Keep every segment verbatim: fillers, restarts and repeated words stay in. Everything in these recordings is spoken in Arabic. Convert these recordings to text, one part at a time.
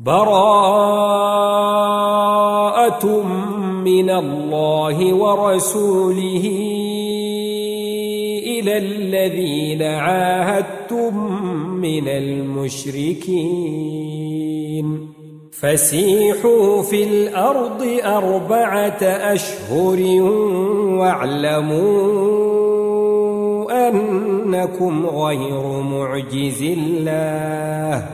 براءة من الله ورسوله إلى الذين عاهدتم من المشركين فسيحوا في الأرض أربعة أشهر واعلموا أنكم غير معجز الله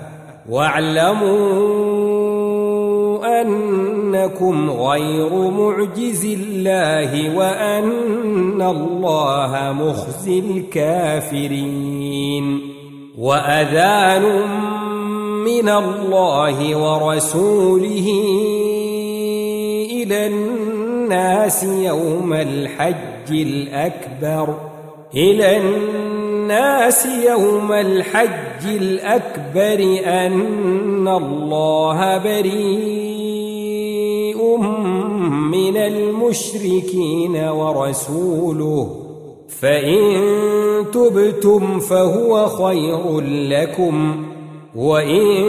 واعلموا أنكم غير معجز الله وأن الله مخزي الكافرين وأذان من الله ورسوله إلى الناس يوم الحج الأكبر إلى الناس يوم الحج الأكبر أن الله بريء من المشركين ورسوله فإن تبتم فهو خير لكم وإن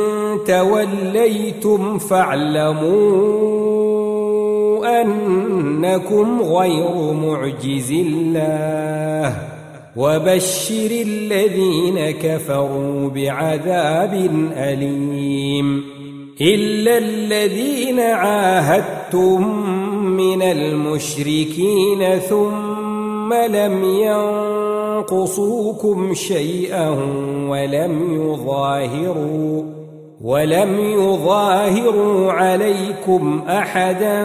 توليتم فاعلموا أنكم غير معجز الله وبشر الذين كفروا بعذاب أليم إلا الذين عاهدتم من المشركين ثم لم ينقصوكم شيئا ولم يظاهروا ولم يظاهروا عليكم أحدا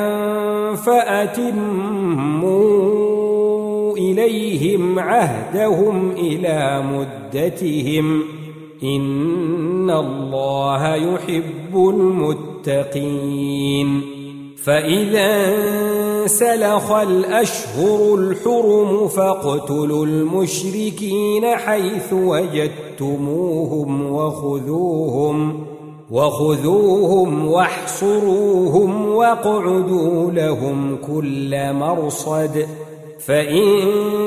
فأتموا إليهم عهدهم إلى مدتهم إن الله يحب المتقين فإذا انسلخ الأشهر الحرم فاقتلوا المشركين حيث وجدتموهم وخذوهم وخذوهم واحصروهم واقعدوا لهم كل مرصد فإن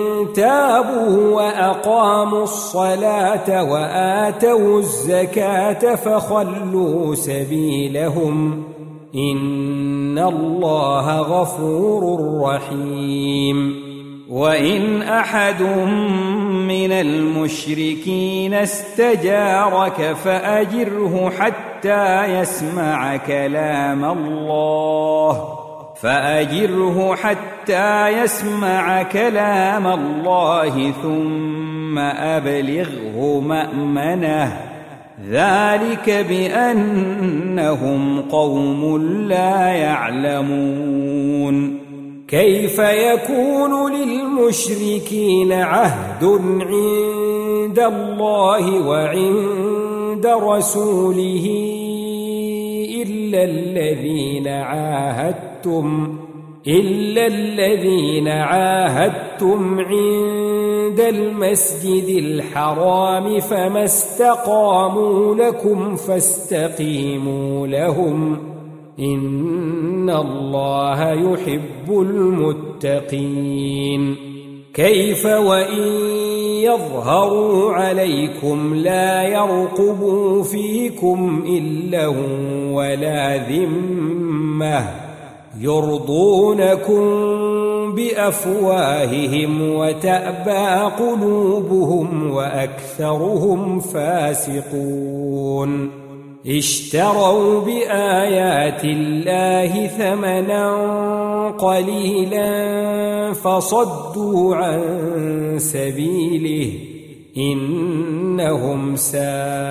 تابوا وأقاموا الصلاة وآتوا الزكاة فخلوا سبيلهم إن الله غفور رحيم وإن أحد من المشركين استجارك فأجره حتى يسمع كلام الله فأجره حتى يسمع كلام الله ثم أبلغه مأمنه ذلك بأنهم قوم لا يعلمون كيف يكون للمشركين عهد عند الله وعند رسوله إلا الذين عاهدتم إلا الذين عاهدتم عند المسجد الحرام فما استقاموا لكم فاستقيموا لهم إن الله يحب المتقين كيف وإن يظهروا عليكم لا يرقبوا فيكم إلا ولا ذمة يرضونكم بأفواههم وتأبى قلوبهم وأكثرهم فاسقون اشتروا بآيات الله ثمنا قليلا فصدوا عن سبيله إنهم ساء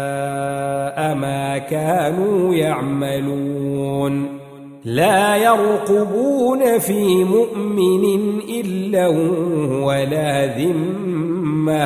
ما كانوا يعملون لا يرقبون في مؤمن إلا ولا ذمة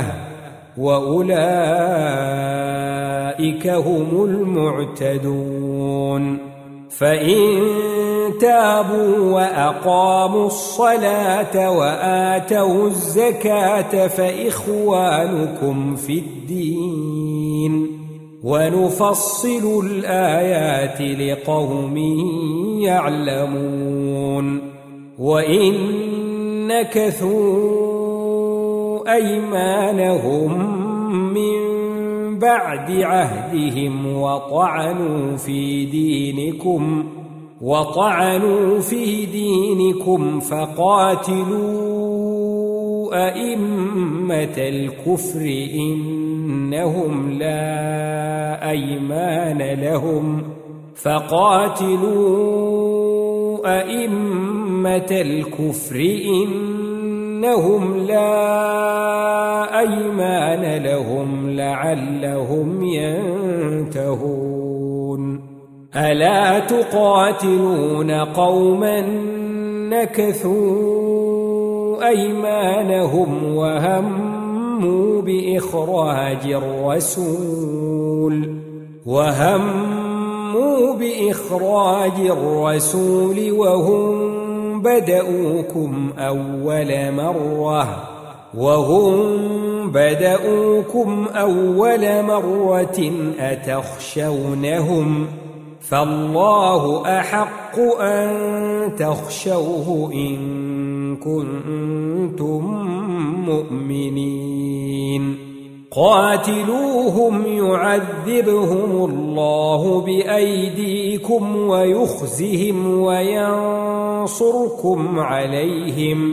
وأولئك هم المعتدون فإن تابوا وأقاموا الصلاة وآتوا الزكاة فإخوانكم في الدين ونفصل الآيات لقوم يعلمون وإن نكثوا أيمانهم من بعد عهدهم وطعنوا في دينكم وطعنوا في دينكم فقاتلوا أئمة الكفر إنهم لا أيمان لهم فقاتلوا أئمة الكفر إنهم لا أيمان لهم لعلهم ينتهون ألا تقاتلون قوما نكثوا أيمانهم وهموا بإخراج الرسول وهموا بإخراج الرسول وهم بدؤوكم أول مرة وهم بدؤوكم أول مرة أتخشونهم فالله أحق أن تخشوه إن كنتم مؤمنين قاتلوهم يعذبهم الله بأيديكم ويخزهم وينصركم عليهم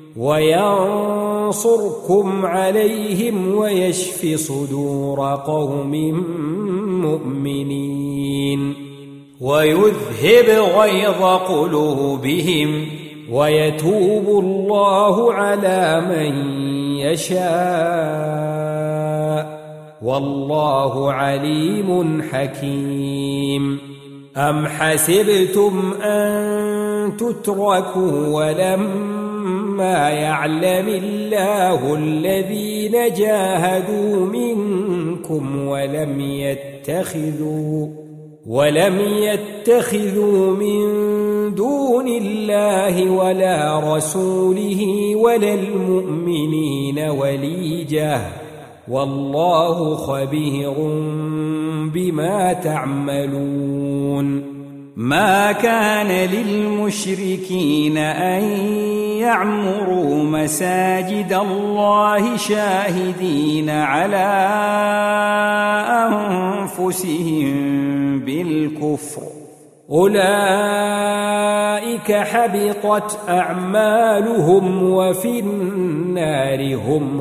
وينصركم عليهم ويشف صدور قوم مؤمنين ويذهب غيظ قلوبهم ويتوب الله على من يشاء والله عليم حكيم أم حسبتم أن تتركوا ولما يعلم الله الذين جاهدوا منكم ولم يتخذوا ولم يتخذوا من دون الله ولا رسوله ولا المؤمنين وليجة والله خبير بما تعملون ما كان للمشركين أن يعمروا مساجد الله شاهدين على أنفسهم بالكفر أولئك حبطت أعمالهم وفي النار هم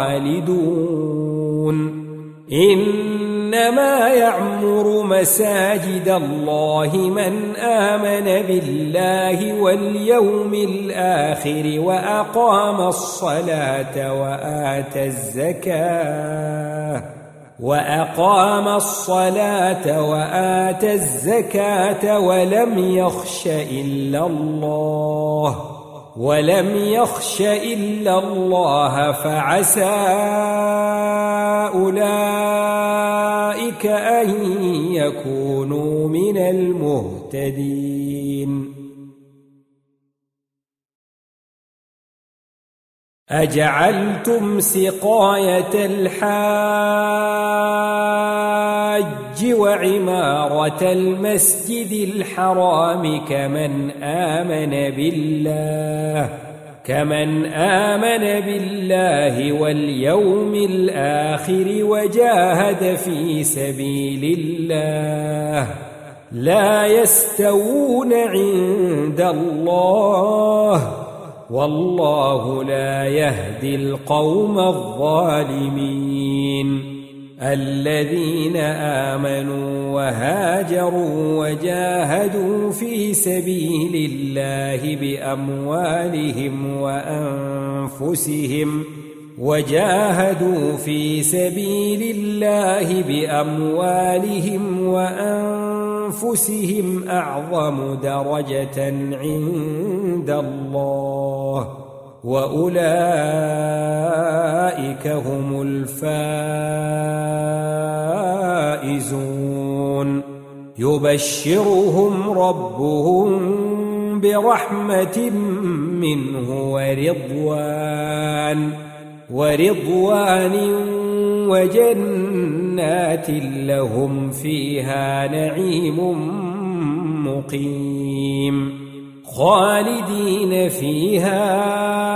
خالدون إنما يعمر مساجد الله من آمن بالله واليوم الآخر وأقام الصلاة وآتى الزكاة وأقام الصلاة وآتى الزكاة ولم يخش إلا الله ولم يخش إلا الله فعسى أولئك أن يكونوا من المهتدين أجعلتم سقاية الحاج وعمارة المسجد الحرام كمن آمن بالله كمن آمن بالله واليوم الآخر وجاهد في سبيل الله لا يستوون عند الله والله لا يهدي القوم الظالمين الذين آمنوا وهاجروا وجاهدوا في سبيل الله بأموالهم وأنفسهم وجاهدوا في سبيل الله بأموالهم وأنفسهم أعظم درجة عند الله وأولئك هم الفائزون يبشرهم ربهم برحمة منه ورضوان ورضوان وجنات لهم فيها نعيم مقيم خالدين فيها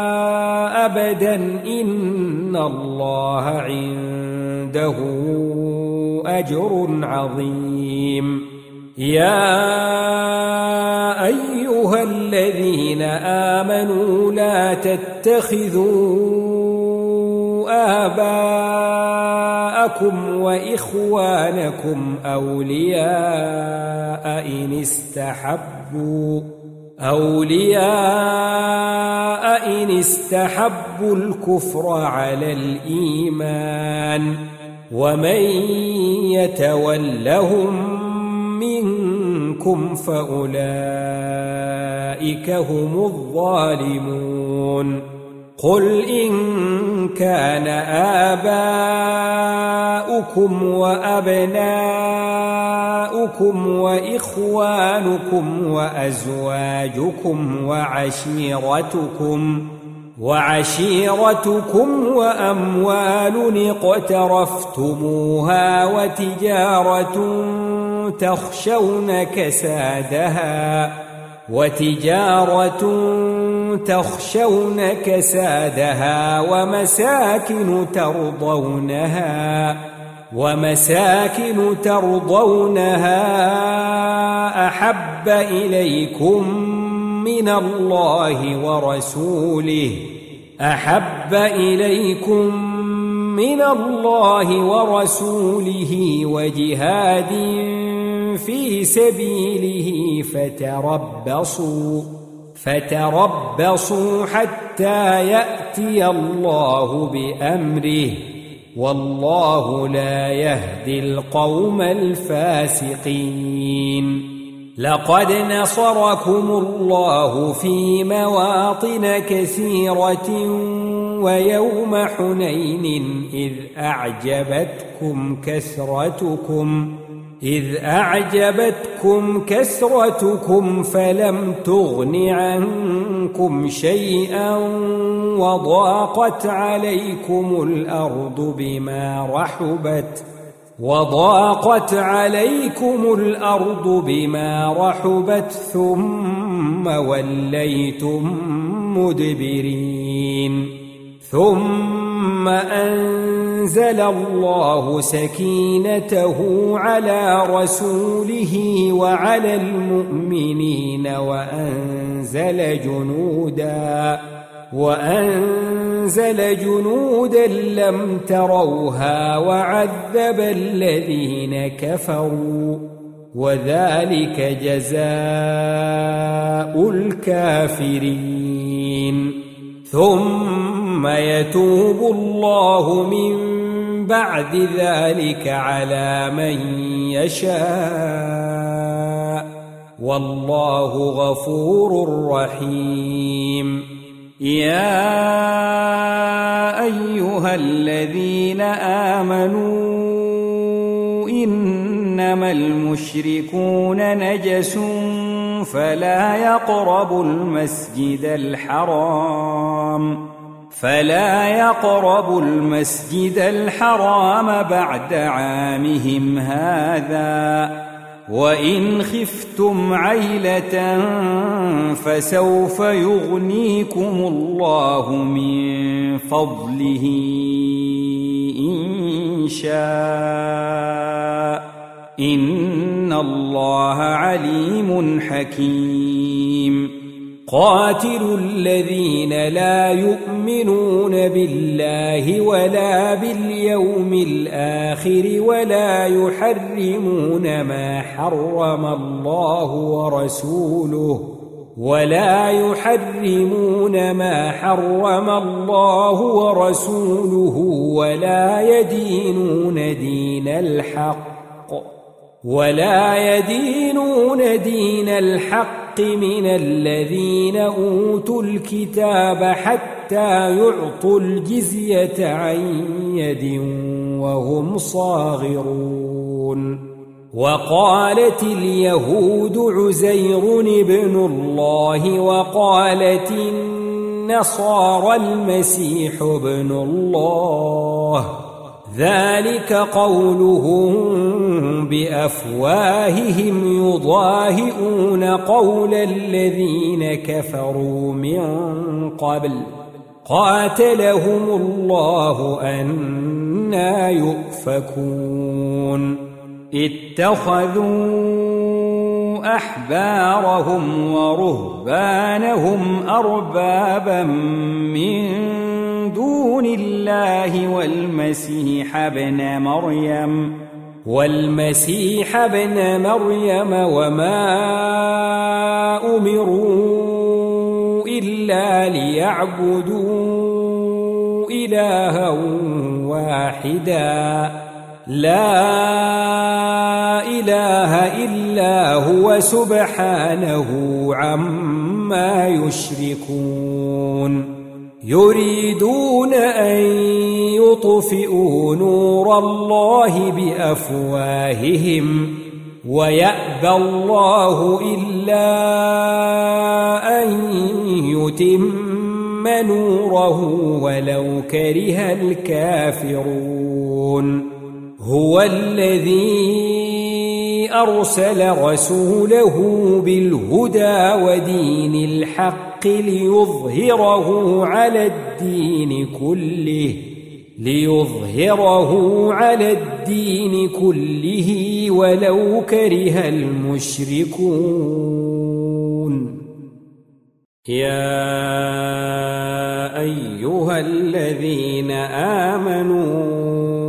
أبدا إن الله عنده أجر عظيم. يا أيها الذين آمنوا لا تتخذوا آباءكم وإخوانكم أولياء إن استحبوا أولياء إن استحبوا الكفر على الإيمان ومن يتولهم منكم فأولئك هم الظالمون. قل إن كان آباؤكم وأبناؤكم وإخوانكم وأزواجكم وعشيرتكم وعشيرتكم وأموال اقترفتموها وتجارة تخشون كسادها وتجارة تخشون كسادها ومساكن ترضونها ومساكن ترضونها أحب إليكم من الله ورسوله أحب إليكم من الله ورسوله وجهاد في سبيله فتربصوا فتربصوا حتى يأتي الله بأمره والله لا يهدي القوم الفاسقين. لقد نصركم الله في مواطن كثيرة ويوم حنين إذ أعجبتكم كثرتكم إذ أعجبتكم كثرتكم فلم تغن عنكم شيئا وضاقت عليكم الأرض بما رحبت وضاقت عليكم الأرض بما رحبت ثم وليتم مدبرين. ثم أنزل الله سكينته على رسوله وعلى المؤمنين وأنزل جنودا وأنزل جنودا لم تروها وعذب الذين كفروا وذلك جزاء الكافرين. ثم يتوب الله من بعد ذلك على من يشاء والله غفور رحيم. يا أيها الذين آمنوا إنما المشركون نجس فلا يقربوا المسجد الحرام فلا يقربوا المسجد الحرام بعد عامهم هذا وإن خفتم عيلة فسوف يغنيكم الله من فضله إن شاء إن الله عليم حكيم. قاتلوا الذين لا يؤمنون بالله ولا باليوم الآخر ولا يحرمون ما حرم الله ورسوله ولا يحرمون ما حرم الله ورسوله ولا يدينون دين الحق ولا يدينون دين الحق من الذين أوتوا الكتاب حتى يعطوا الجزية عن يد وهم صاغرون. وقالت اليهود عزير ابن الله وقالت النصارى المسيح ابن الله ذلك قولهم بأفواههم يضاهئون قول الذين كفروا من قبل قاتلهم الله أنى يؤفكون. اتخذوا أحبارهم ورهبانهم أربابا من دون الله والمسيح ابن مريم والمسيح ابن مريم وما أمروا إلا ليعبدوا إلها واحدا لا إله إلا هو سبحانه عما يشركون يريدون أن يطفئوا نور الله بأفواههم ويأبى الله إلا أن يتم نوره ولو كره الكافرون هو الذي أرسل رسوله بالهدى ودين الحق ليظهره على الدين كله ليظهره على الدين كله ولو كره المشركون يا أيها الذين آمنوا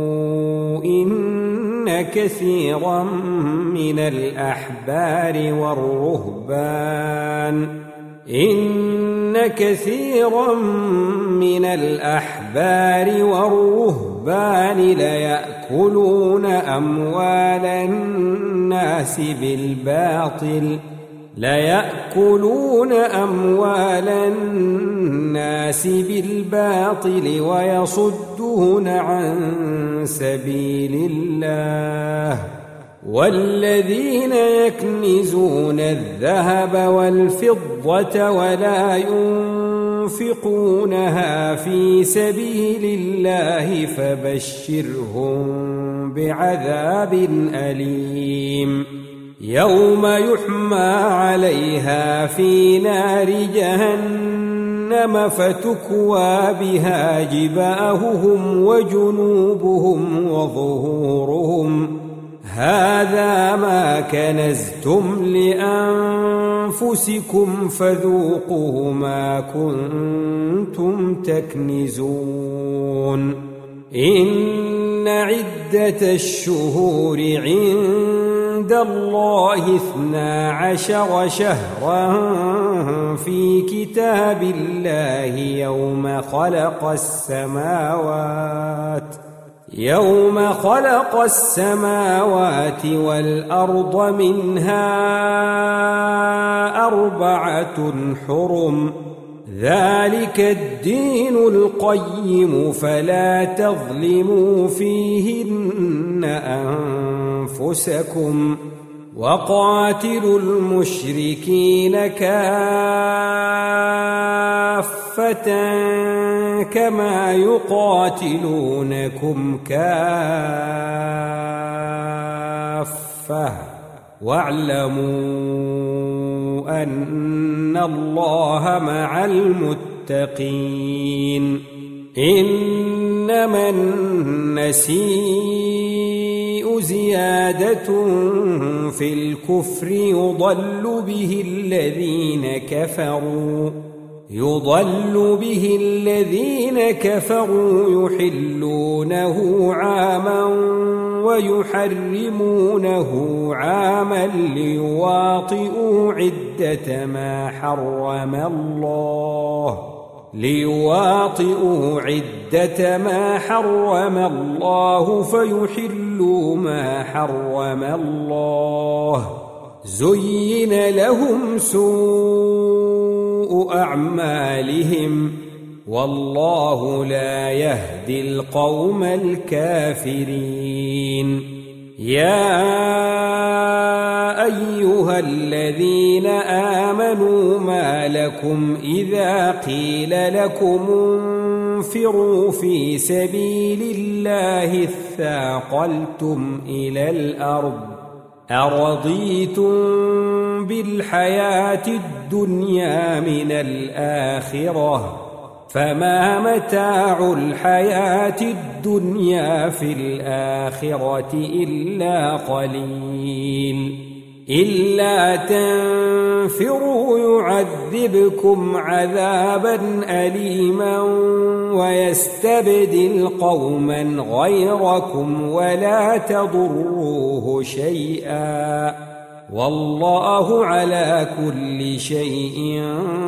إن كثيرا من الأحبار والرهبان إن كثيرا من الأحبار والرهبان ليأكلون أموال الناس بالباطل ليأكلون أموال الناس بالباطل ويصدون عن سبيل الله والذين يكنزون الذهب والفضة ولا ينفقونها في سبيل الله فبشرهم بعذاب أليم يوم يحمى عليها في نار جهنم فتكوى بها جباههم وجنوبهم وظهورهم هذا ما كنزتم لأنفسكم فذوقوا ما كنتم تكنزون إن عدة الشهور عند الله اثنا عشر شهرا في كتاب الله يوم خلق السماوات يوم خلق السماوات والأرض منها أربعة حرم ذلك الدين القيم فلا تظلموا فيهن أنفسكم وقاتلوا المشركين كافة كما يقاتلونكم كافة واعلموا أن الله مع المتقين إنما النسيء زيادة في الكفر يضل به الذين كفروا يضل به الذين كفروا يحلونه عاما ويحرمونه عاما ليواطئوا عدة ما حرم الله ليواطئوا عدة ما حرم الله فيحلوا ما حرم الله زين لهم سوء أعمالهم والله لا يهدي القوم الكافرين يا أيها الذين آمنوا ما لكم إذا قيل لكم انفروا في سبيل الله اثاقلتم إلى الأرض أرضيتم بالحياة الدنيا من الآخرة فما متاع الحياة الدنيا في الآخرة إلا قليل إلا تنفروا يعذبكم عذابا أليما ويستبدل قوما غيركم ولا تضروه شيئا والله على كل شيء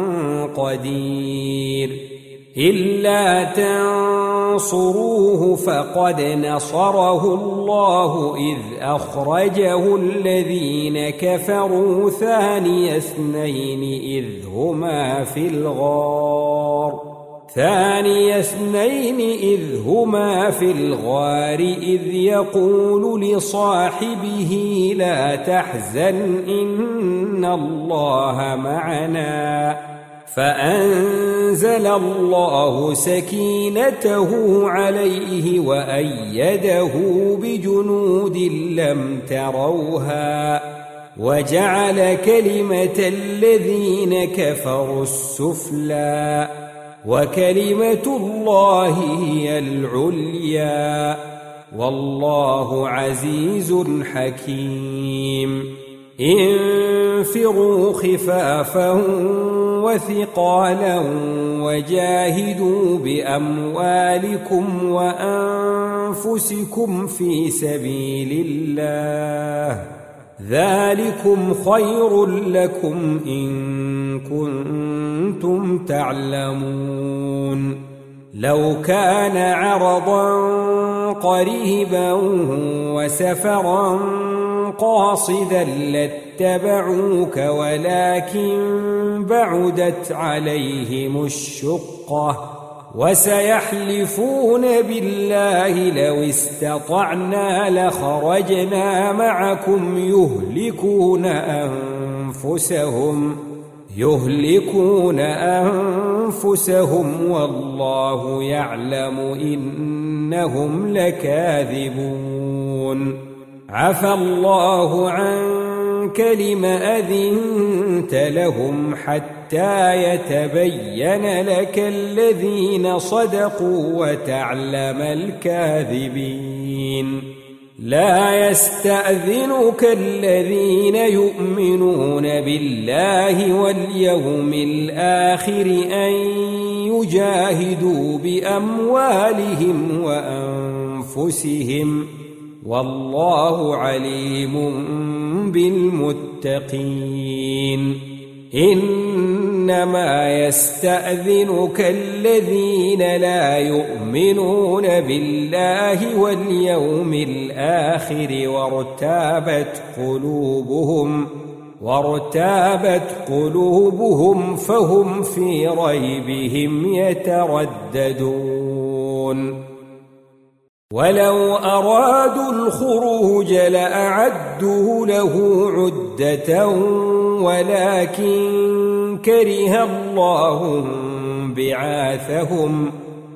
قدير إلا تنصروه فقد نصره الله إذ أخرجه الذين كفروا ثاني اثنين إذ هما في الغار ثاني اثنين إذ هما في الغار إذ يقول لصاحبه لا تحزن إن الله معنا فأنزل الله سكينته عليه وأيده بجنود لم تروها وجعل كلمة الذين كفروا السفلى وكلمة الله هي العليا والله عزيز حكيم انفروا خفافا وثقالا وجاهدوا بأموالكم وأنفسكم في سبيل الله ذلكم خير لكم إن كنتم تعلمون لو كان عرضا قريبا وسفرا قاصدا لاتبعوك ولكن بعدت عليهم الشقة وسيحلفون بالله لو استطعنا لخرجنا معكم يهلكون أنفسهم يهلكون أنفسهم والله يعلم إنهم لكاذبون عفى الله عنك لم أذنت لهم حتى يتبين لك الذين صدقوا وتعلم الكاذبين لا يستأذنك الذين يؤمنون بالله واليوم الآخر أن يجاهدوا بأموالهم وأنفسهم والله عليم بالمتقين إنما يستأذنك الذين لا يؤمنون بالله واليوم الآخر وارتابت قلوبهم وارتابت قلوبهم فهم في ريبهم يترددون ولو أرادوا الخروج لأعدوا له عدة ولكن كره الله بعاثهم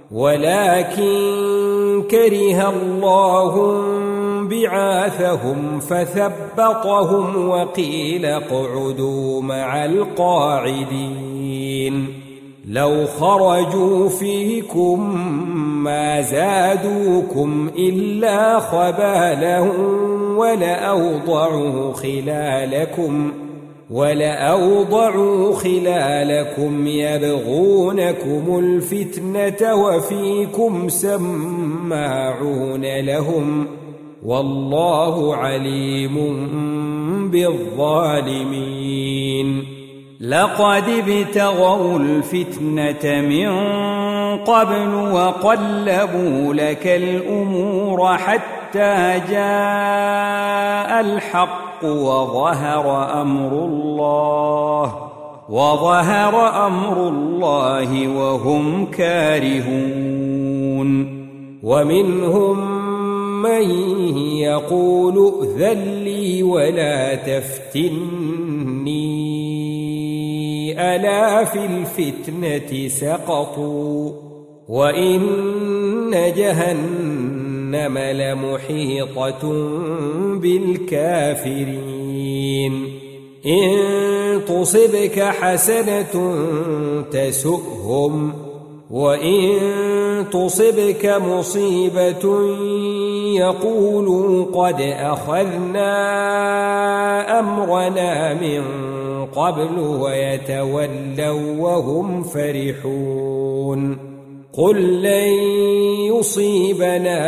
ولكن كره الله بعاثهم فثبطهم وقيل اقعدوا مع القاعدين لو خرجوا فيكم ما زادوكم إلا خبالا ولأوضعوا خلالكم ولأوضعوا خلالكم يبغونكم الفتنة وفيكم سماعون لهم والله عليم بالظالمين لقد ابتغوا الفتنة من قبل وقلبوا لك الأمور حتى جاء الحق وظهر أمر الله وظهر أمر الله وهم كارهون ومنهم من يقول ائذن لي ولا تفتني ألا في الفتنة سقطوا وإن جهنم لمحيطة بالكافرين إن تصبك حسنة تسؤهم وإن تصبك مصيبة يقولوا قد أخذنا أمرنا من قبل ويتولوا وهم فرحون قل لن يصيبنا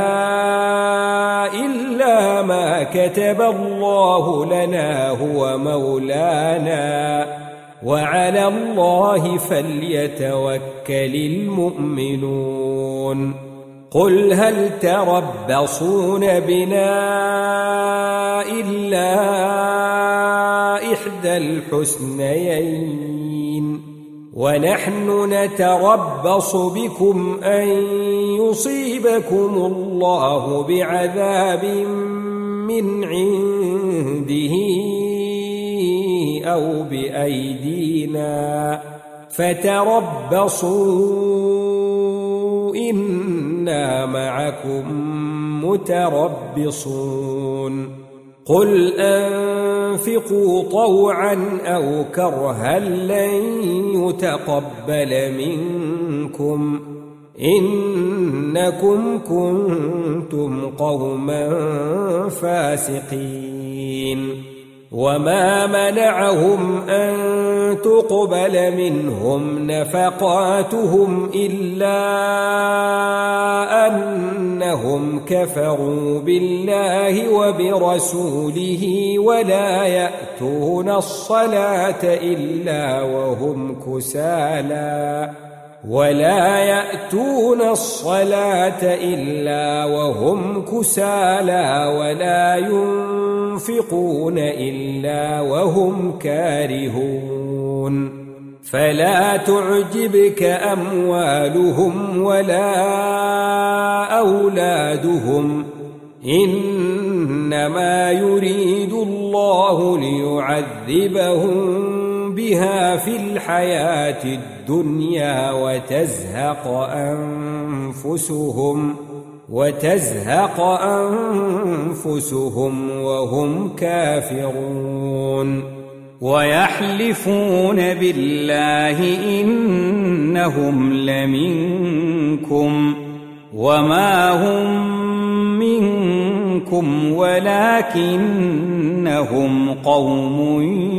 إلا ما كتب الله لنا هو مولانا وعلى الله فليتوكل المؤمنون قل هل تربصون بنا إلا إحدى الحسنيين ونحن نتربص بكم أن يصيبكم الله بعذاب من عنده أو بأيدينا فتربصوا إنا معكم متربصون قل أنفقوا طوعا أو كرها لن يتقبل منكم إنكم كنتم قوما فاسقين وما منعهم أن تقبل منهم نفقاتهم إلا أنهم كفروا بالله وبرسوله ولا يأتون الصلاة إلا وهم كسالى ولا يأتون الصلاة إلا وهم كسالى ولا ينفقون إلا وهم كارهون فلا تعجبك أموالهم ولا أولادهم إنما يريد الله ليعذبهم بها في الحياة الدنيا وتزهق أنفسهم وتزهق أنفسهم وهم كافرون ويحلفون بالله إنهم لمنكم وما هم منكم ولكنهم قوم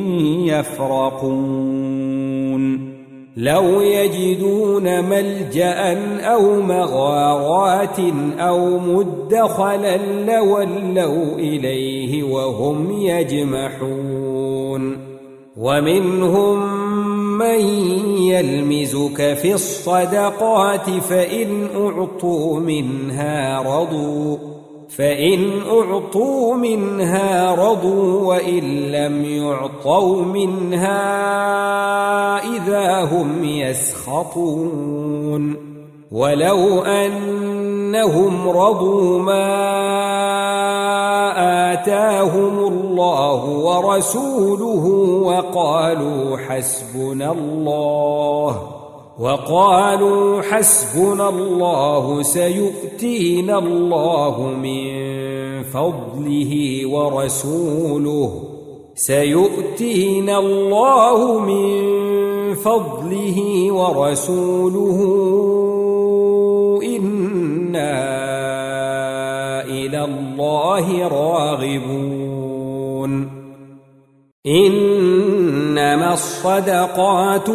يفرقون لو يجدون ملجأ أو مغارات أو مدخلا لولوا إليه وهم يجمحون ومنهم من يلمزك في الصدقات فإن أعطوا منها رضوا فإن أعطوا منها رضوا وإن لم يعطوا منها إذا هم يسخطون ولو أنهم رضوا ما آتاهم الله ورسوله وقالوا حسبنا الله وقالوا حسبنا الله سيؤتينا الله من فضله ورسوله سيؤتينا الله من فضله ورسوله إنا إلى الله راغبون إنما الصدقات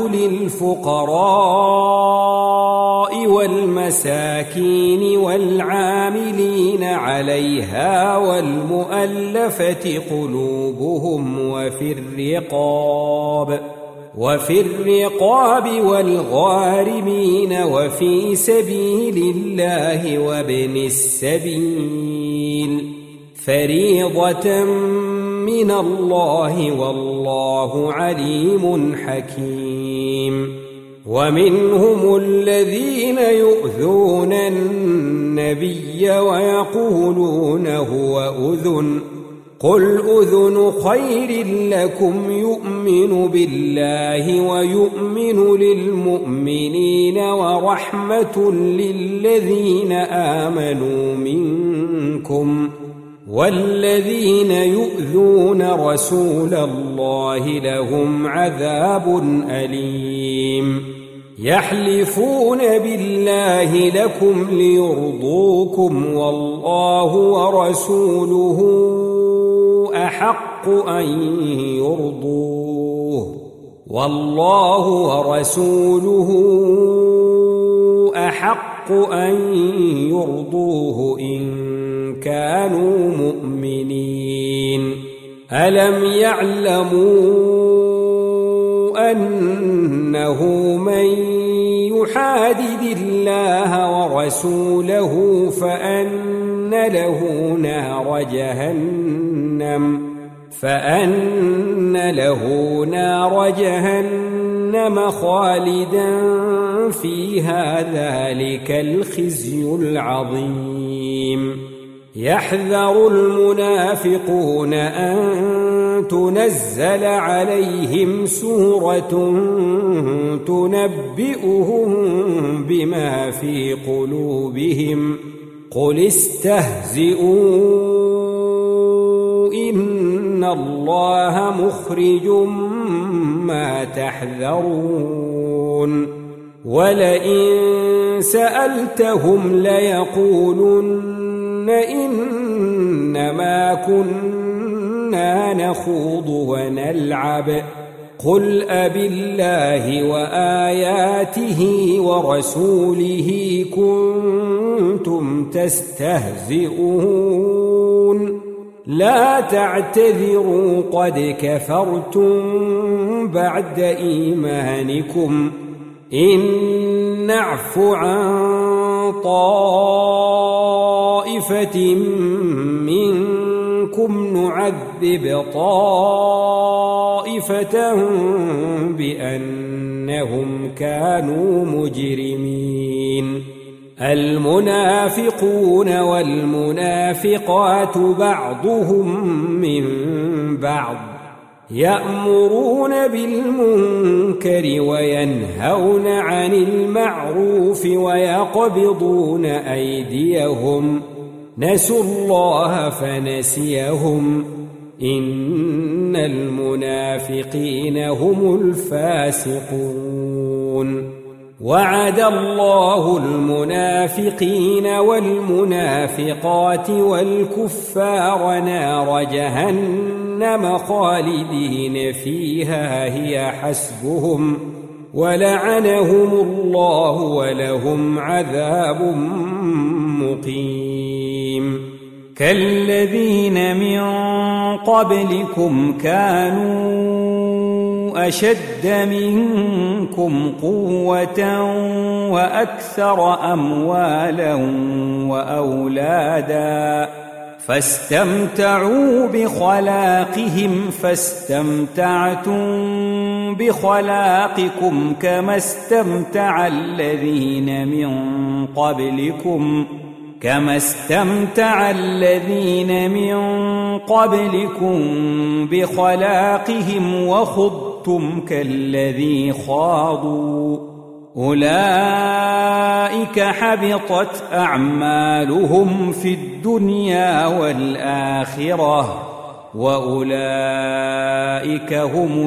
للفقراء والمساكين والعاملين عليها والمؤلفة قلوبهم وفي الرقاب وفي الرقاب والغارمين وفي سبيل الله وابن السبيل فريضة من الله والله عليم حكيم ومنهم الذين يؤذون النبي ويقولون هو أذن قل أذن خير لكم يؤمن بالله ويؤمن للمؤمنين ورحمة للذين آمنوا منكم والذين يؤذون رسول الله لهم عذاب أليم يحلفون بالله لكم ليرضوكم والله ورسوله أحق أن يرضوه والله ورسوله أحق أن يرضوه إن كانوا مؤمنين ألم يعلموا أنه من يحادد الله ورسوله فأن له نار جهنم فأن له نار جهنم خالدا فيها ذلك الخزي العظيم يحذر المنافقون أن تنزل عليهم سورة تنبئهم بما في قلوبهم قل استهزئوا إن الله مخرج ما تحذرون ولئن سألتهم ليقولن إنما كنا نخوض ونلعب قل أبالله وآياته ورسوله كنتم تستهزئون لا تعتذروا قد كفرتم بعد إيمانكم إن نعف عن طائفة منكم نعذب طائفة بأنهم كانوا مجرمين المنافقون والمنافقات بعضهم من بعض يأمرون بالمنكر وينهون عن المعروف ويقبضون أيديهم نسوا الله فنسيهم إن المنافقين هم الفاسقون وعد الله المنافقين والمنافقات والكفار نار جهنم خالدين فيها هي حسبهم ولعنهم الله ولهم عذاب مقيم كالذين من قبلكم كانوا أشد منكم قوة وأكثر أموالا وأولادا فاستمتعوا بخلاقهم فاستمتعتم بخلاقكم كما استمتع الذين من قبلكم كما استمتع الذين من قبلكم بخلاقهم وخضتم كالذي خاضوا أولئك حبطت أعمالهم في الدنيا والآخرة وأولئك هم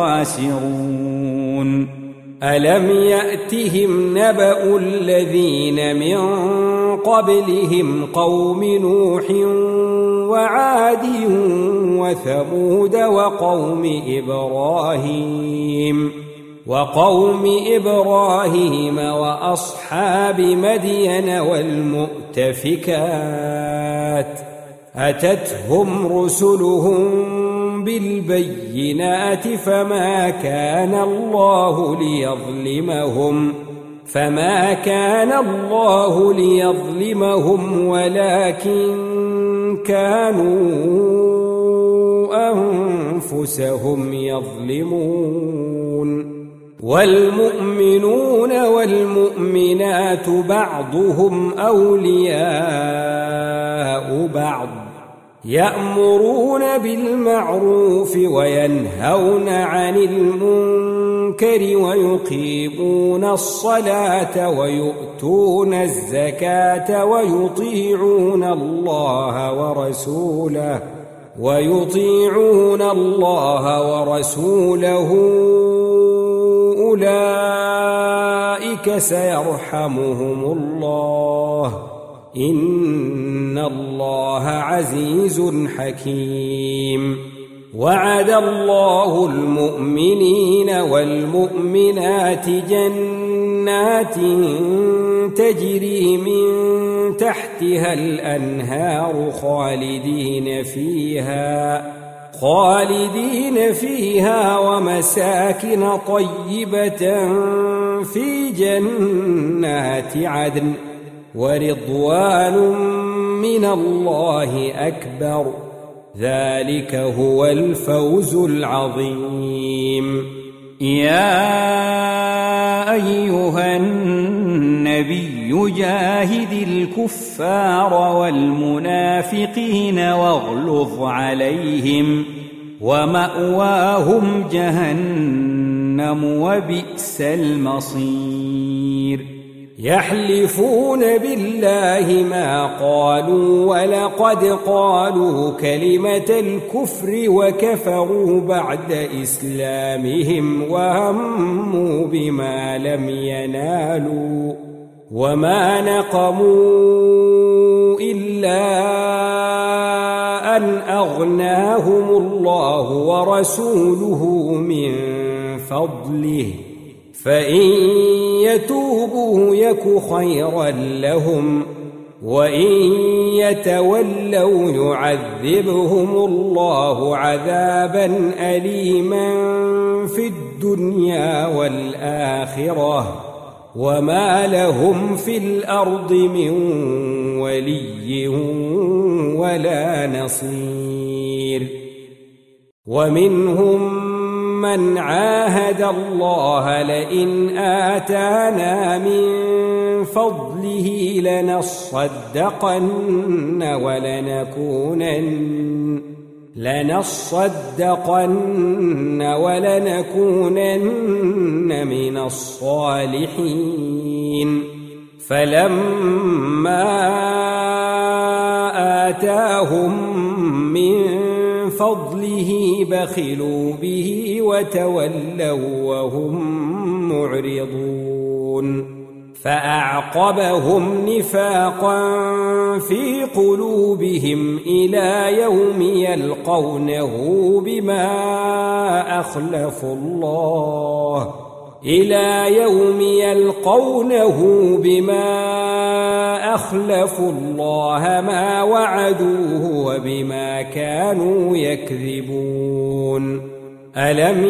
الخاسرون ألم يأتهم نبأ الذين من قبلهم قوم نوح وعاد وثمود وقوم إبراهيم وقوم إبراهيم وأصحاب مدين والمؤتفكات أتتهم رسلهم بالبينات فما كان الله ليظلمهم فما كان الله ليظلمهم ولكن كانوا أنفسهم يظلمون والمؤمنون والمؤمنات بعضهم أولياء بعض يأمرون بالمعروف وينهون عن المنكر ويقيمون الصلاة ويؤتون الزكاة ويطيعون الله ورسوله ويطيعون الله ورسوله أولئك أولئك سيرحمهم الله إن الله عزيز حكيم وعد الله المؤمنين والمؤمنات جنات تجري من تحتها الأنهار خالدين فيها خالدين فيها ومساكن طيبة في جنات عدن ورضوان من الله أكبر ذلك هو الفوز العظيم. يا أيها النبي جاهد الكفار والمنافقين واغلظ عليهم ومأواهم جهنم وبئس المصير. يحلفون بالله ما قالوا ولقد قالوا كلمة الكفر وكفروا بعد إسلامهم وهموا بما لم ينالوا وما نقموا إلا أن أغناهم الله ورسوله من فضله فإن يتوبوا يك خيرا لهم وإن يتولوا يعذبهم الله عذابا أليما في الدنيا والآخرة وما لهم في الأرض من ولي ولا نصير. ومنهم من عاهد الله لئن آتانا من فضله لنصدقن ولنكونن لنصدقن ولنكونن من الصالحين فلما آتاهم من فضله بخلوا به وتولوا وهم معرضون فأعقبهم نفاقا في قلوبهم إلى يوم يلقونه بما أخلفوا الله إلى يوم يلقونه بما أخلفوا الله ما وعدوه وبما كانوا يكذبون. ألم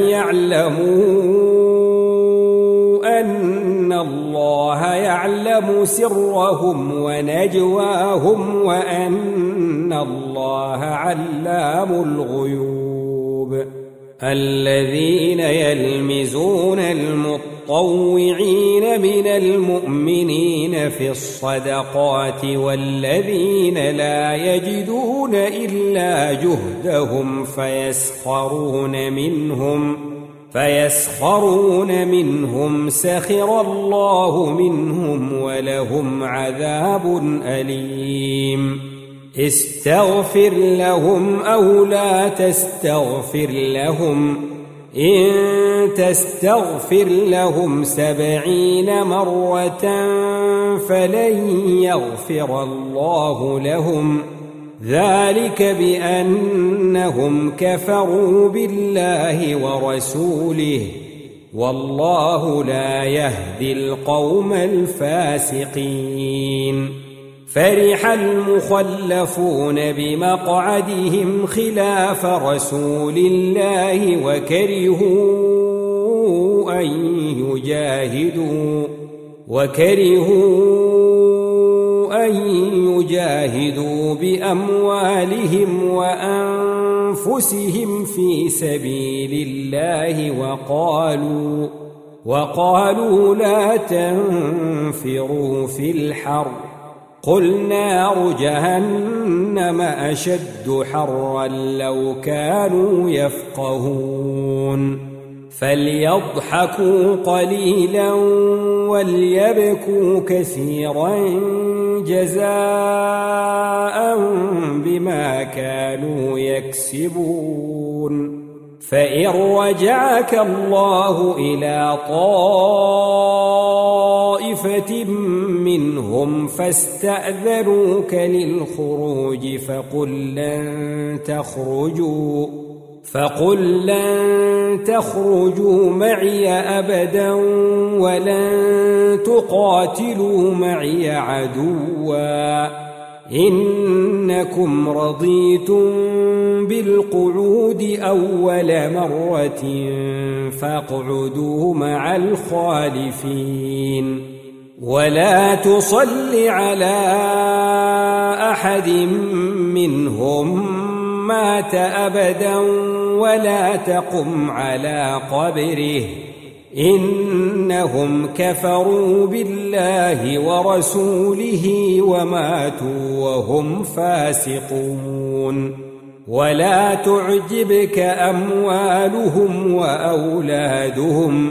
يعلموا أن الله يعلم سرهم ونجواهم وأن الله علام الغيوب. الذين يلمزون المطوعين من المؤمنين في الصدقات والذين لا يجدون إلا جهدهم فيسخرون منهم فيسخرون منهم سخر الله منهم ولهم عذاب أليم. استغفر لهم أو لا تستغفر لهم إن تستغفر لهم سبعين مرة فلن يغفر الله لهم ذلك بأنهم كفروا بالله ورسوله والله لا يهدي القوم الفاسقين. فرح المخلفون بمقعدهم خلاف رسول الله وكرهوا أن يجاهدوا وكرهوا أن يجاهدوا بأموالهم وأنفسهم في سبيل الله وقالوا وقالوا لا تنفروا في الحر قل نار جهنم أشد حرا لو كانوا يفقهون. فليضحكوا قليلا وليبكوا كثيرا جزاء بما كانوا يكسبون. فإن رجعك الله إلى طائفة منهم فاستأذنوك للخروج فقل لن تخرجوا فقل لن تخرجوا معي أبدا ولن تقاتلوا معي عدوا إنكم رضيتم بالقعود أول مرة فاقعدوا مع الخالفين ولا تصل على أحد منهم مات أبدا ولا تقم على قبره إنهم كفروا بالله ورسوله وماتوا وهم فاسقون ولا تعجبك أموالهم وأولادهم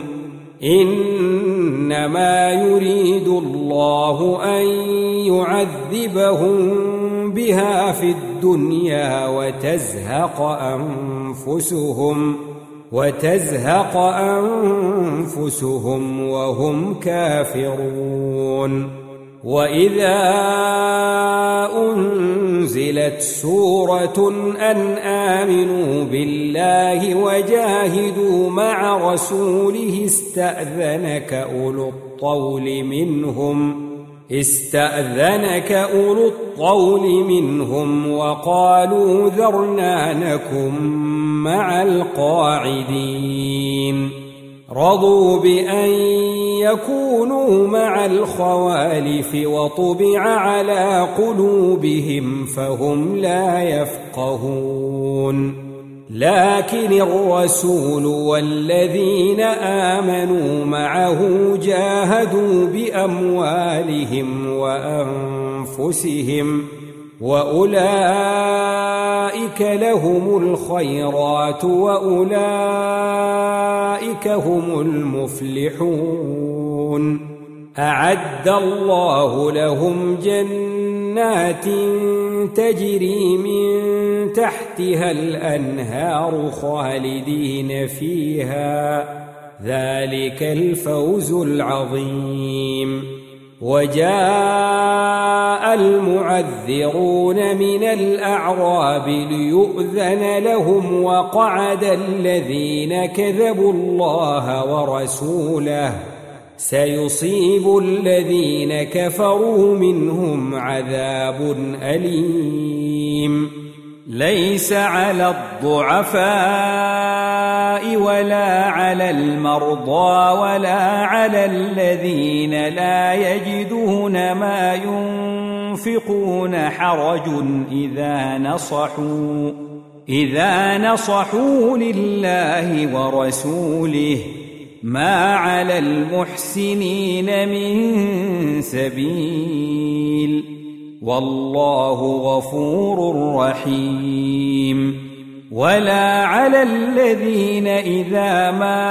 إنما يريد الله أن يعذبهم بها في الدنيا وتزهق أنفسهم وتزهق أنفسهم وهم كافرون وإذا أنزلت سورة أن آمنوا بالله وجاهدوا مع رسوله استأذنك أولو الطول منهم استأذنك أولو الطول منهم وقالوا ذرنا نكن مع القاعدين رضوا بأن يكونوا مع الخوالف وطبع على قلوبهم فهم لا يفقهون لكن الرسول والذين آمنوا معه جاهدوا بأموالهم وأنفسهم وأولئك لهم الخيرات وأولئك هم المفلحون أعد الله لهم جنات تجري من تحتها الأنهار خالدين فيها ذلك الفوز العظيم وجاء المعذرون من الأعراب ليؤذن لهم وقعد الذين كذبوا الله ورسوله سيصيب الذين كفروا منهم عذاب أليم ليس على الضعفاء ولا على المرضى ولا على الذين لا يجدون ما ينفقون حرج إذا نصحوا إذا نصحوا لله ورسوله ما على المحسنين من سبيل والله غفور رحيم ولا على الذين إذا ما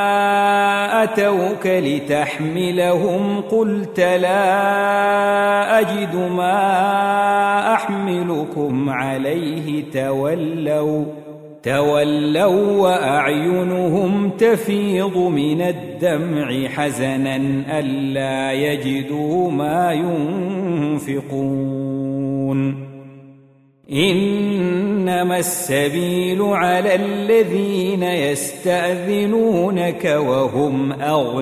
أتوك لتحملهم قلت لا أجد ما أحملكم عليه تولوا تولوا وأعينهم تفيض من الدمع حزنا ألا يجدوا ما ينفقون إنما السبيل على الذين يستأذنونك وهم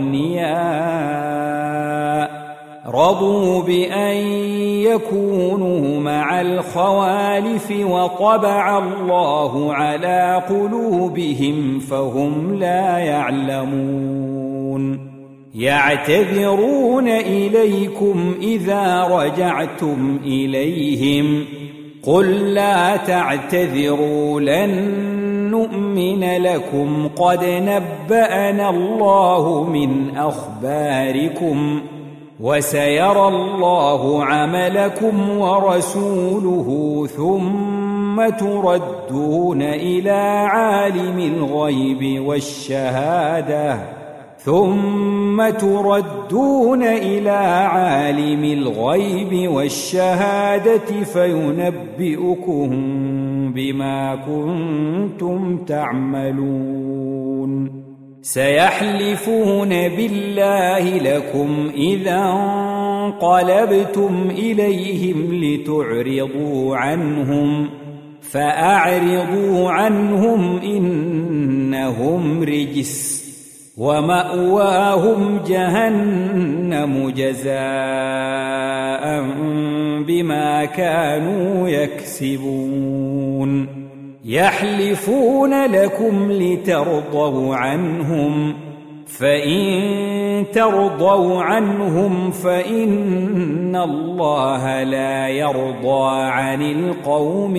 أغنياء رضوا بأن يكونوا مع الخوالف وطبع الله على قلوبهم فهم لا يعلمون يعتذرون إليكم إذا رجعتم إليهم قل لا تعتذروا لن نؤمن لكم قد نبأنا الله من أخباركم وسيرى الله عملكم ورسوله ثم تردون إلى عالم الغيب والشهادة ثم تردون إلى عالم الغيب والشهادة فينبئكم بما كنتم تعملون سيحلفون بالله لكم إذا انقلبتم إليهم لتعرضوا عنهم فأعرضوا عنهم إنهم رجس ومأواهم جهنم جزاء بما كانوا يكسبون يحلفون لكم لترضوا عنهم فإن ترضوا عنهم فإن الله لا يرضى عن القوم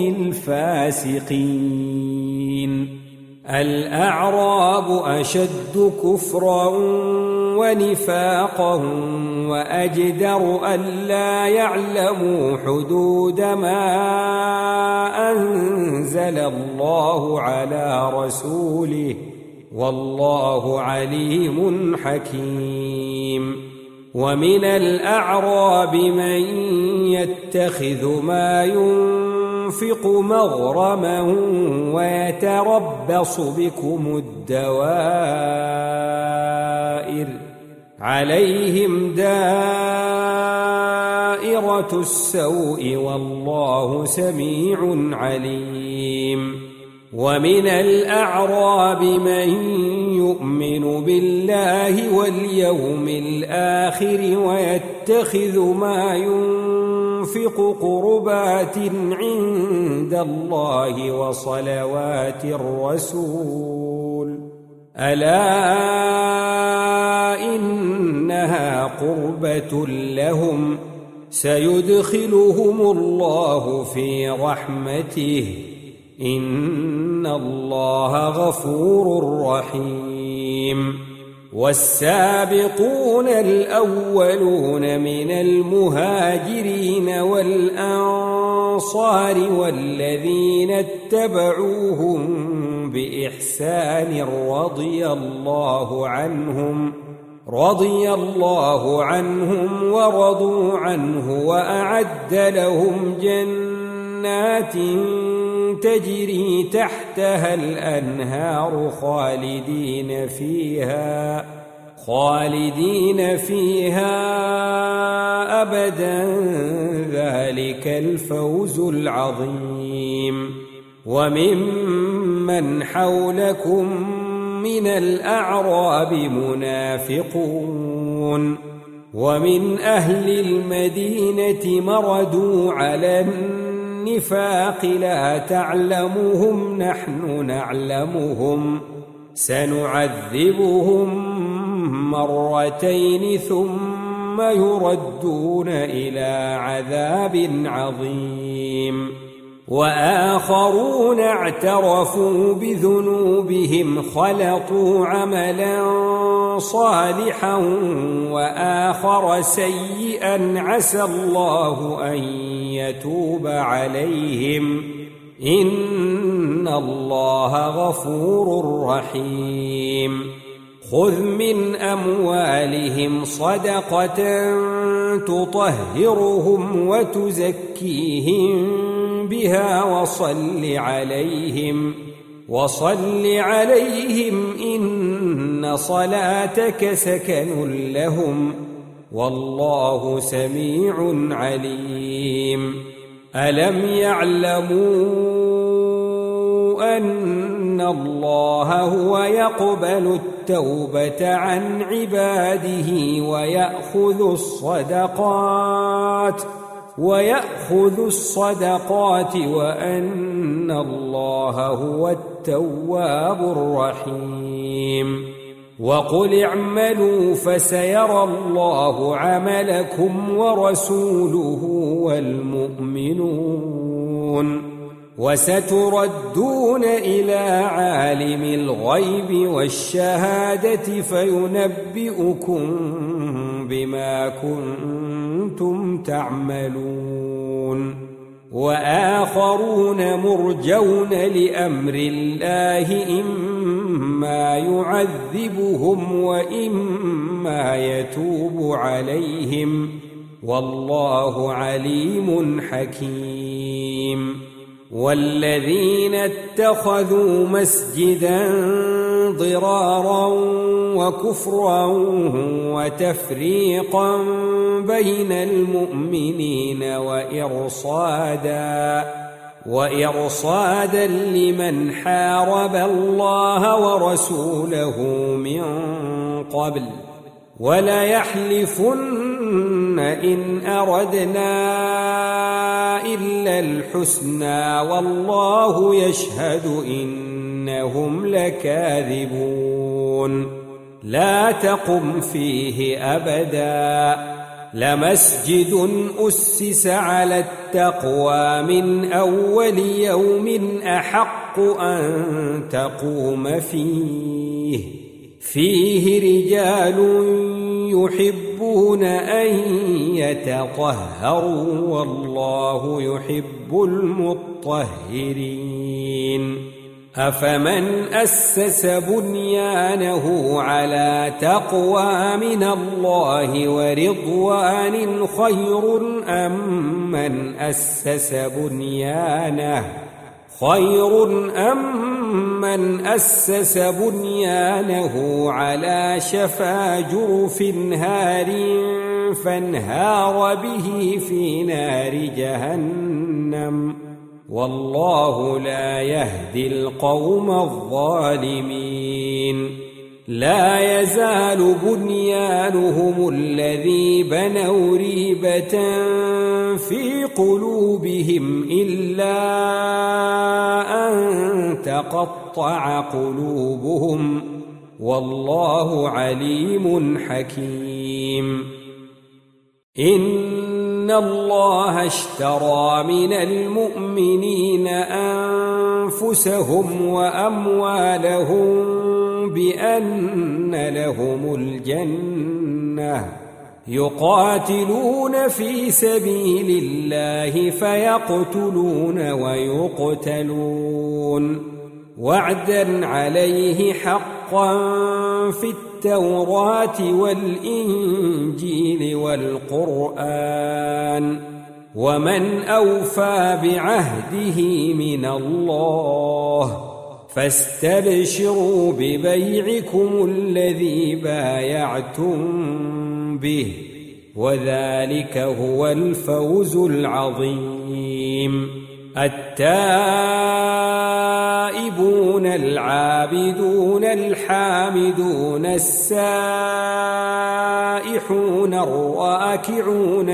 الفاسقين الأعراب أشد كفرا ونفاقا وأجدر ألا يعلموا حدود ما أنزل الله على رسوله والله عليم حكيم ومن الأعراب من يتخذ ما ينفق مغرما ويتربص بكم الدوائر عليهم دائرة السوء والله سميع عليم ومن الأعراب من يؤمن بالله واليوم الآخر ويتخذ ما ينفق قربات عند الله وصلوات الرسول ألا إنها قربة لهم سيدخلهم الله في رحمته إن الله غفور رحيم والسابقون الأولون من المهاجرين والأنصار والذين اتبعوهم بإحسان رضي الله عنهم رضي الله عنهم ورضوا عنه وأعد لهم جنات تجري تحتها الأنهار خالدين فيها خالدين فيها أبدا ذلك الفوز العظيم وممن حولكم من الأعراب منافقون ومن أهل المدينة مردوا على النفاق لا تعلمهم نحن نعلمهم سنعذبهم مرتين ثم يردون إلى عذاب عظيم وآخرون اعترفوا بذنوبهم خلطوا عملا صالحا وآخر سيئا عسى الله أن يتوب عليهم إن الله غفور رحيم خذ من أموالهم صدقة تطهرهم وتزكيهم بها وصل عليهم وصل عليهم إن صلاتك سكن لهم والله سميع عليم ألم يعلموا أن الله هو يقبل التوبة عن عباده ويأخذ الصدقات ويأخذ الصدقات وأن الله هو التواب الرحيم وقل اعملوا فسيرى الله عملكم ورسوله والمؤمنون وستردون إلى عالم الغيب والشهادة فينبئكم بما كنتم تعملون وآخرون مرجون لأمر الله إما يعذبهم وإما يتوب عليهم والله عليم حكيم والذين اتخذوا مسجدا ضرارا وكفرا وتفريقا بين المؤمنين وإرصادا وإرصادا لمن حارب الله ورسوله من قبل وليحلفن إن أردنا إلا الحسنى والله يشهد إنهم لكاذبون لا تقم فيه أبدا لمسجد أسس على التقوى من أول يوم أحق أن تقوم فيه فيه رجال يحبون أن يتطهروا والله يحب المطهرين أفمن أسس بنيانه على تقوى من الله ورضوان خير أم من أسس بنيانه خير أم من أسس بنيانه على شفا جرف هار فانهار به في نار جهنم والله لا يهدي القوم الظالمين لا يزال بنيانهم الذي بنوا ريبة في قلوبهم إلا أن تقطع قلوبهم والله عليم حكيم إن الله اشترى من المؤمنين أنفسهم وأموالهم بأن لهم الجنة يقاتلون في سبيل الله فيقتلون ويقتلون وعدا عليه حقا في التوراة والإنجيل والقرآن ومن أوفى بعهده من الله فاستبشروا ببيعكم الذي بايعتم به وذلك هو الفوز العظيم التائبون العابدون الحامدون السائحون الراكعون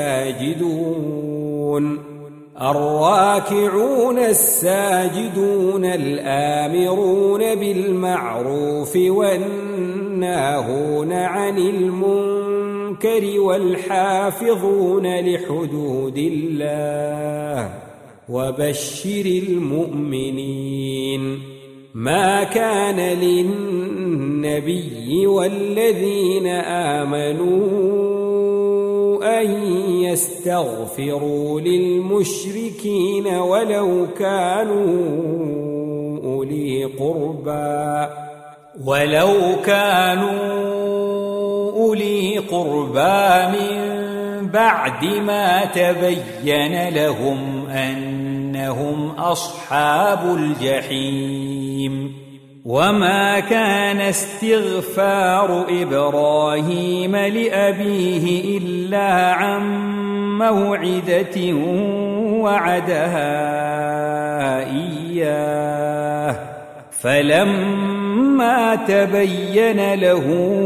الساجدون الراكعون الساجدون الآمرون بالمعروف والناهون عن المنكر والحافظون لحدود الله وبشر المؤمنين ما كان للنبي والذين آمنوا أن يستغفروا للمشركين ولو كانوا أولي قربى ولو كانوا أولي قربى من بعد ما تبين لهم أنهم أصحاب الجحيم وما كان استغفار إبراهيم لأبيه إلا عن موعدة وعدها إياه فلما تبين له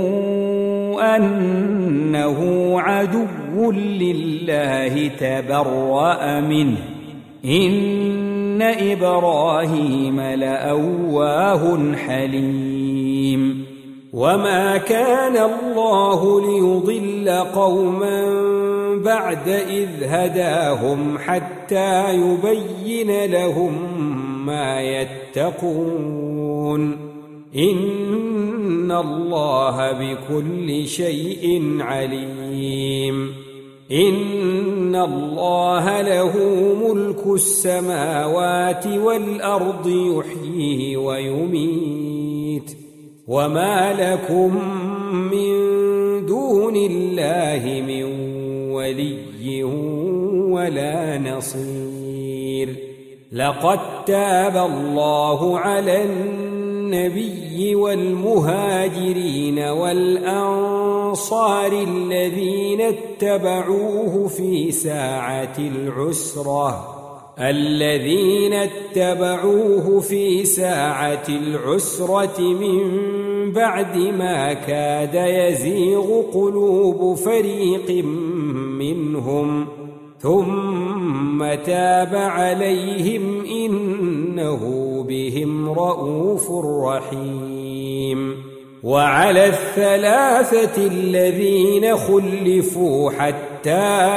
أنه عدو لله تبرأ منه إن إبراهيم لأواه حليم وما كان الله ليضل قوما بعد إذ هداهم حتى يبين لهم ما يتقون إن الله بكل شيء عليم إن الله له ملك السماوات والأرض يحيي ويميت وما لكم من دون الله من ولي ولا نصير لقد تاب الله على النبي والمهاجرين والأنصار الذين اتبعوه في ساعة العسرة الذين اتبعوه في ساعة العسرة من بعد ما كاد يزيغ قلوب فريق منهم ثم تاب عليهم إنه بهم رءوف رحيم وعلى الثلاثة الذين خلفوا حتى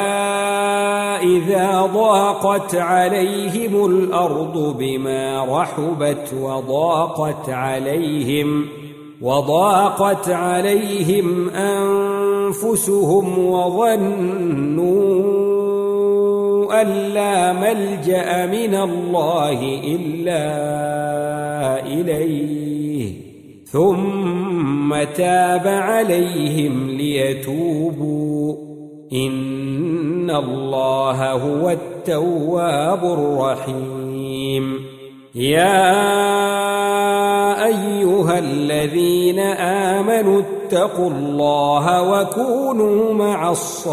إذا ضاقت عليهم الأرض بما رحبت وضاقت عليهم وضاقت عليهم أنفسهم وظنوا أن لا ملجأ من الله إلا إليه ثم تاب عليهم ليتوبوا إن الله هو التواب الرحيم يا أيها الذين آمنوا اتقوا الله وكونوا مع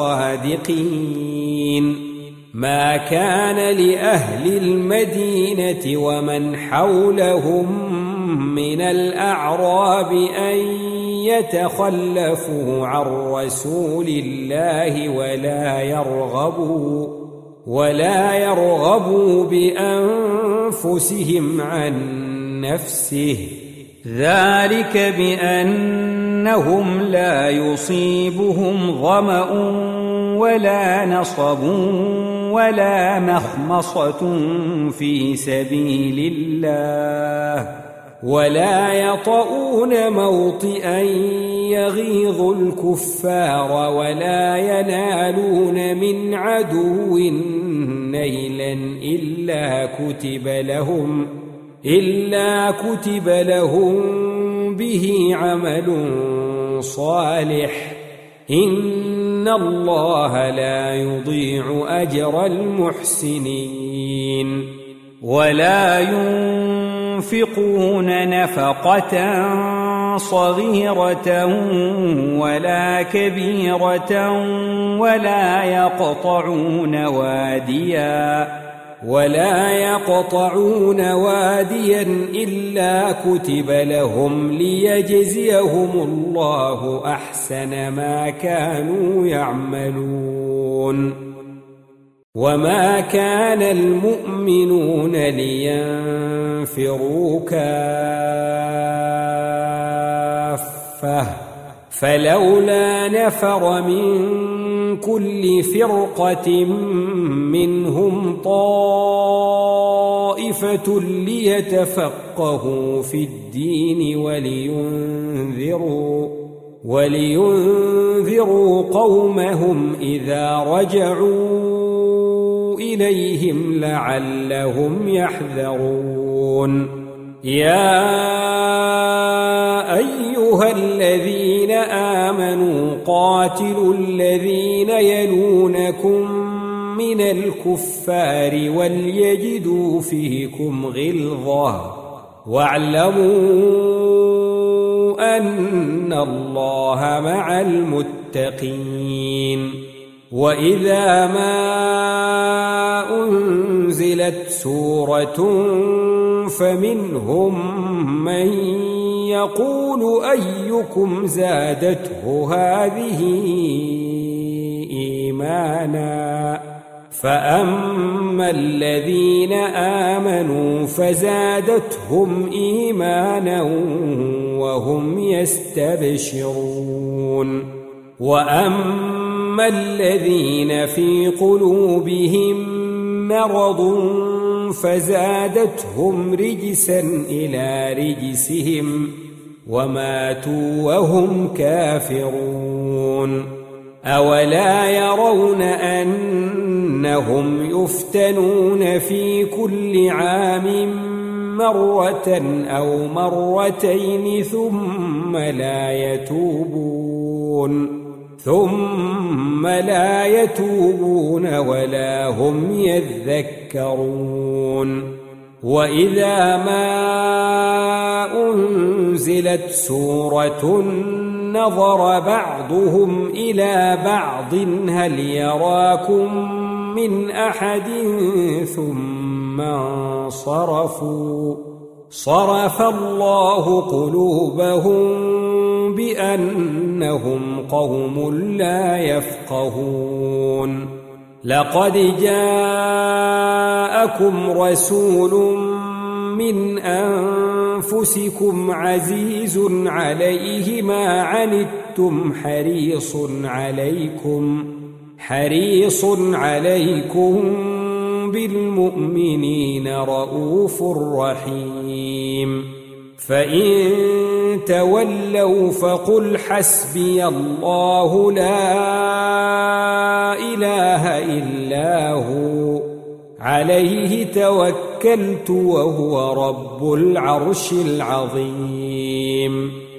الصادقين ما كان لأهل المدينة ومن حولهم من الأعراب أن يتخلفوا عن رسول الله ولا يرغبوا ولا يرغبوا بأنفسهم عن نفسه ذلك بأنهم لا يصيبهم ظمأ ولا نصب ولا مخمصة في سبيل الله ولا يطؤون موطئا يغيظ الكفار ولا ينالون من عدو نيلا إلا كتب لهم إلا كتب لهم به عمل صالح إن الله لا يضيع أجر المحسنين ولا ينفقون نفقة صغيرة ولا كبيرة ولا يقطعون واديا ولا يقطعون واديا إلا كتب لهم ليجزيهم الله أحسن ما كانوا يعملون وما كان المؤمنون لينفروا كافة فلولا نفر من كل فرقة منهم طائفة ليتفقهوا في الدين ولينذروا ولينذروا قومهم إذا رجعوا إليهم لعلهم يحذرون يا أيها الذين آمنوا قاتلوا الذين يلونكم من الكفار وليجدوا فيكم غلظة واعلموا أن الله مع المتقين وإذا ما أنزلت سورة فمنهم من يقول أيكم زادته هذه إيمانا فأما الذين آمنوا فزادتهم إيمانا وهم يستبشرون وأما الذين في قلوبهم مرض فزادتهم رجسا إلى رجسهم وماتوا وهم كافرون أولا يرون أنهم يفتنون في كل عام مرة أو مرتين ثم لا يتوبون ثم لا يتوبون ولا هم يذكرون وإذا ما أنزلت سورة نظر بعضهم إلى بعض هل يراكم من أحد ثم انصرفوا صرف الله قلوبهم بأنهم قوم لا يفقهون لقد جاءكم رسول من أنفسكم عزيز عليه ما عنتم حريص عليكم حريص عليكم بالمؤمنين رؤوف رحيم فإن تولوا فقل حسبي الله لا إله إلا هو عليه توكلت وهو رب العرش العظيم